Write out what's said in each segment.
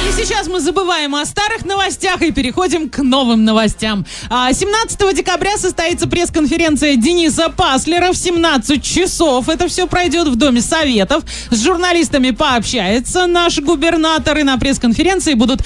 И сейчас мы забываем о старых новостях и переходим к новым новостям. 17 декабря состоится пресс-конференция Дениса Паслера в 17 часов. Это все пройдет в Доме Советов. С журналистами пообщается наш губернатор. И на пресс-конференции будут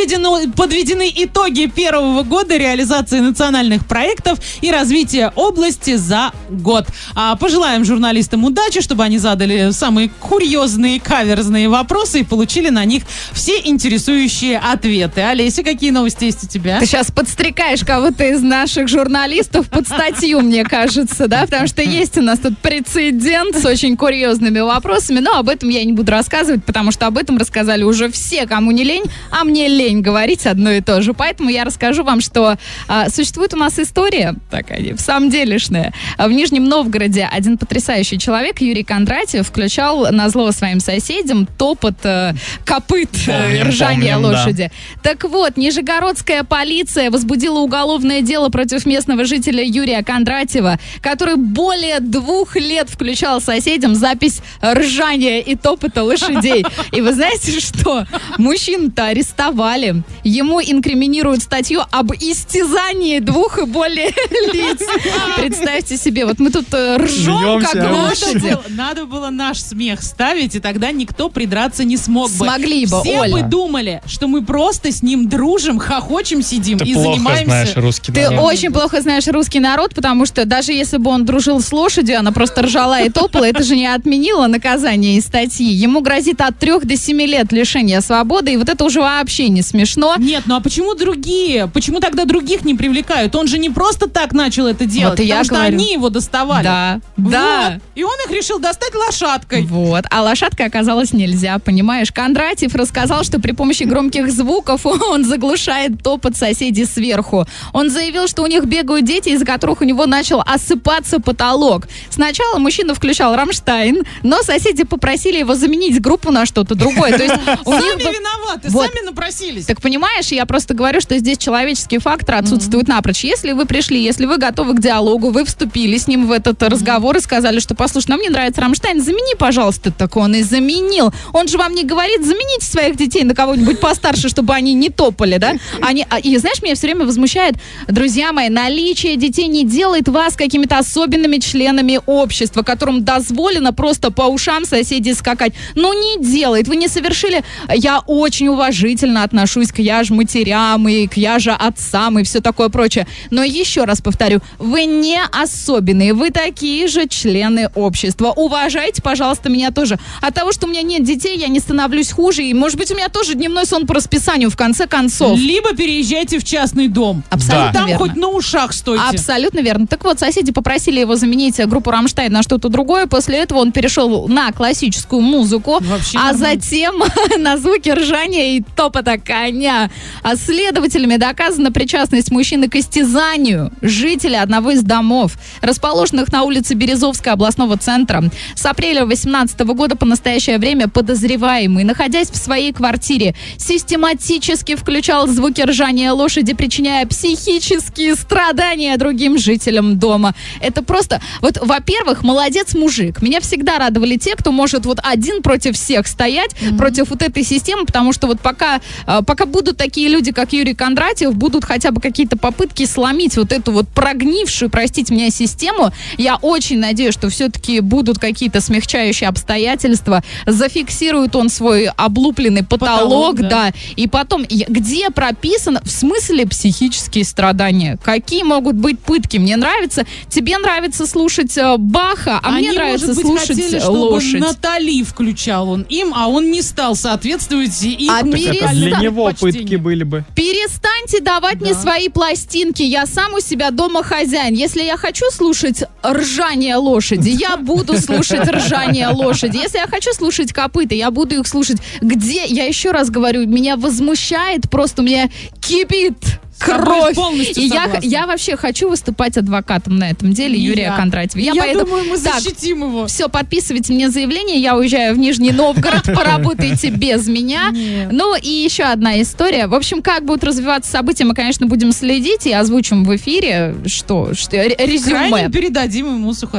подведены итоги первого года реализации национальных проектов и развития области за год. Пожелаем журналистам удачи, чтобы они задали самые курьезные, каверзные вопросы и получили на них все интересующие ответы. Олеся, какие новости есть у тебя? Ты сейчас подстрекаешь кого-то из наших журналистов под статью, мне кажется, да? Потому что есть у нас тут прецедент с очень курьезными вопросами, но об этом я не буду рассказывать, потому что об этом рассказали уже все, кому не лень, а мне лень говорить одно и то же. Поэтому я расскажу вам, что существует у нас история, такая, в самом делешная. В Нижнем Новгороде один потрясающий человек, Юрий Кондратьев, включал назло своим соседям топот копыт, ржание лошади. Да. Так вот, нижегородская полиция возбудила уголовное дело против местного жителя Юрия Кондратьева, который более 2 лет включал соседям запись ржания и топота лошадей. И вы знаете что? Мужчину-то арестовали. Ему инкриминируют статью об истязании 2 и более лиц. Представьте себе, вот мы тут ржем, как лошади. Надо было наш смех ставить, и тогда никто придраться не смог бы. Смогли бы, все Оля. бы думали, что мы просто с ним дружим, хохочем, сидим и занимаемся. Ты плохо знаешь русский народ. Ты очень плохо знаешь русский народ, потому что даже если бы он дружил с лошадью, она просто ржала и топала, это же не отменило наказание из статьи. Ему грозит от 3 до 7 лет лишения свободы, и вот это уже вообще не смешно. Нет, ну а почему другие? Почему тогда других не привлекают? Он же не просто так начал это делать, Вот и потому я что говорю. они его доставали. Да, Вот. да. И он их решил достать лошадкой. Вот. А лошадкой оказалось нельзя, понимаешь? Кондратьев рассказал, что при помощи громких звуков он заглушает топот соседей сверху. Он заявил, что у них бегают дети, из-за которых у него начал осыпаться потолок. Сначала мужчина включал «Рамштайн», но соседи попросили его заменить группу на что-то другое. То есть у них Сами виноваты, Вот. сами напросились. Так понимаешь, я просто говорю, что здесь человеческий фактор отсутствует напрочь. Если вы пришли, если вы готовы к диалогу, вы вступили с ним в этот разговор и сказали, что, послушай, нам не нравится «Рамштайн», замени, пожалуйста. Так он и заменил. Он же вам не говорит, замените своих детей на кого-нибудь постарше, чтобы они не топали, да? И знаешь, меня все время возмущает, друзья мои, наличие детей не делает вас какими-то особенными членами общества, которым дозволено просто по ушам соседей скакать. Ну, не делает. Вы не совершили... Я очень уважительно отношусь к матерям и к отцам и все такое прочее. Но еще раз повторю, вы не особенные, вы такие же члены общества. Уважайте, пожалуйста, меня тоже. От того, что у меня нет детей, я не становлюсь хуже, и, может быть, у меня тоже дневной сон по расписанию, в конце концов. Либо переезжайте в частный дом. Абсолютно Там верно. хоть на ушах стойте. Абсолютно верно. Так вот, соседи попросили его заменить группу «Рамштайн» на что-то другое. После этого он перешел на классическую музыку, Вообще а нормально. затем на звуки ржания и топота коня. А следователями доказана причастность мужчины к истязанию жителя одного из домов, расположенных на улице Березовского областного центра. С апреля 2018 года по настоящее время подозреваемый, находясь в своей квартире, систематически включал звуки ржания лошади, причиняя психические страдания другим жителям дома. Это просто... Вот, во-первых, молодец мужик. Меня всегда радовали те, кто может вот один против всех стоять, против вот этой системы, потому что вот пока будут такие люди, как Юрий Кондратьев, будут хотя бы какие-то попытки сломить вот эту вот прогнившую, простите меня, систему, я очень надеюсь, что все-таки будут какие-то смягчающие обстоятельства, зафиксирует он свой облупленный потолок, да. И потом, где прописано, в смысле психические страдания? Какие могут быть пытки? Мне нравится, тебе нравится слушать Баха, а мне нравится может быть, слушать хотели, чтобы лошадь. Натали включал он им, а он не стал соответствовать их Для него предпочтениям. пытки были бы. Перестаньте давать мне свои пластинки. Я сам у себя дома хозяин. Если я хочу слушать ржание лошади, я буду слушать ржание лошади. Если я хочу слушать копыта, я буду их слушать. Где, я еще раз говорю, меня возмущает, просто у меня кипит кровь. И я вообще хочу выступать адвокатом на этом деле Юрия Кондратьева. Я думаю, мы защитим его. Все, подписывайте мне заявление, я уезжаю в Нижний Новгород, поработайте без меня. Ну и еще одна история. В общем, как будут развиваться события, мы, конечно, будем следить и озвучим в эфире, что резюме. Крайне передадим ему сухарей.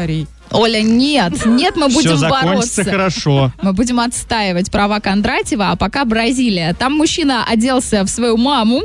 Оля, нет, мы будем Все закончится бороться. хорошо. Мы будем отстаивать права Кондратьева, а пока Бразилия. Там мужчина оделся в свою маму,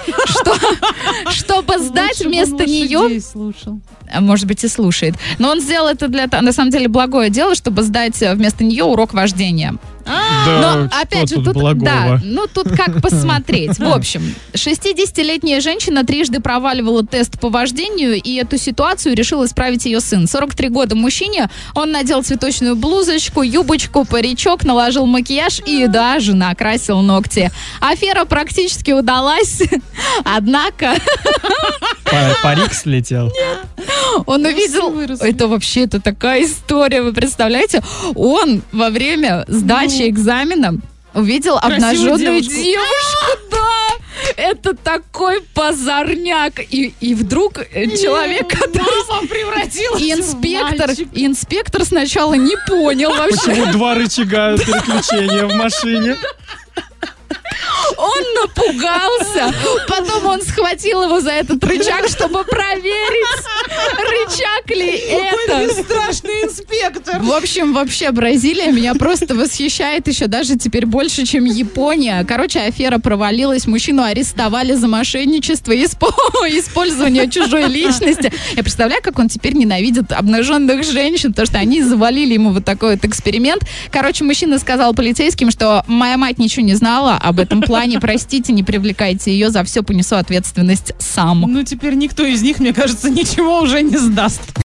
чтобы сдать вместо нее... Может быть, и слушает. Но он сделал это на самом деле, благое дело, чтобы сдать вместо нее урок вождения. Но, опять же, тут как посмотреть. В общем, 60-летняя женщина трижды проваливала тест по вождению, и эту ситуацию решил исправить ее сын. 43 года мужчине, он надел цветочную блузочку, юбочку, паричок, наложил макияж и даже накрасил ногти. Афера практически удалась, однако... Парик слетел. Он увидел... Это такая история, вы представляете? Он во время сдачи экзамена увидел обнаженную девушку. Да! Это такой позорняк. И вдруг человек, который превратился инспектор сначала не понял вообще. Почему 2 рычага переключения в машине? Он напугался, потом он схватил его за этот рычаг, чтобы проверить, рычаг ли это. Страшный инспектор. В общем, вообще Бразилия меня просто восхищает еще даже теперь больше, чем Япония. Короче, афера провалилась, мужчину арестовали за мошенничество и использование чужой личности. Я представляю, как он теперь ненавидит обнаженных женщин, потому что они завалили ему вот такой вот эксперимент. Короче, мужчина сказал полицейским, что моя мать ничего не знала об этом плане, простите, не привлекайте ее, за все понесу ответственность сам. Ну, теперь никто из них, мне кажется, ничего уже не сдаст.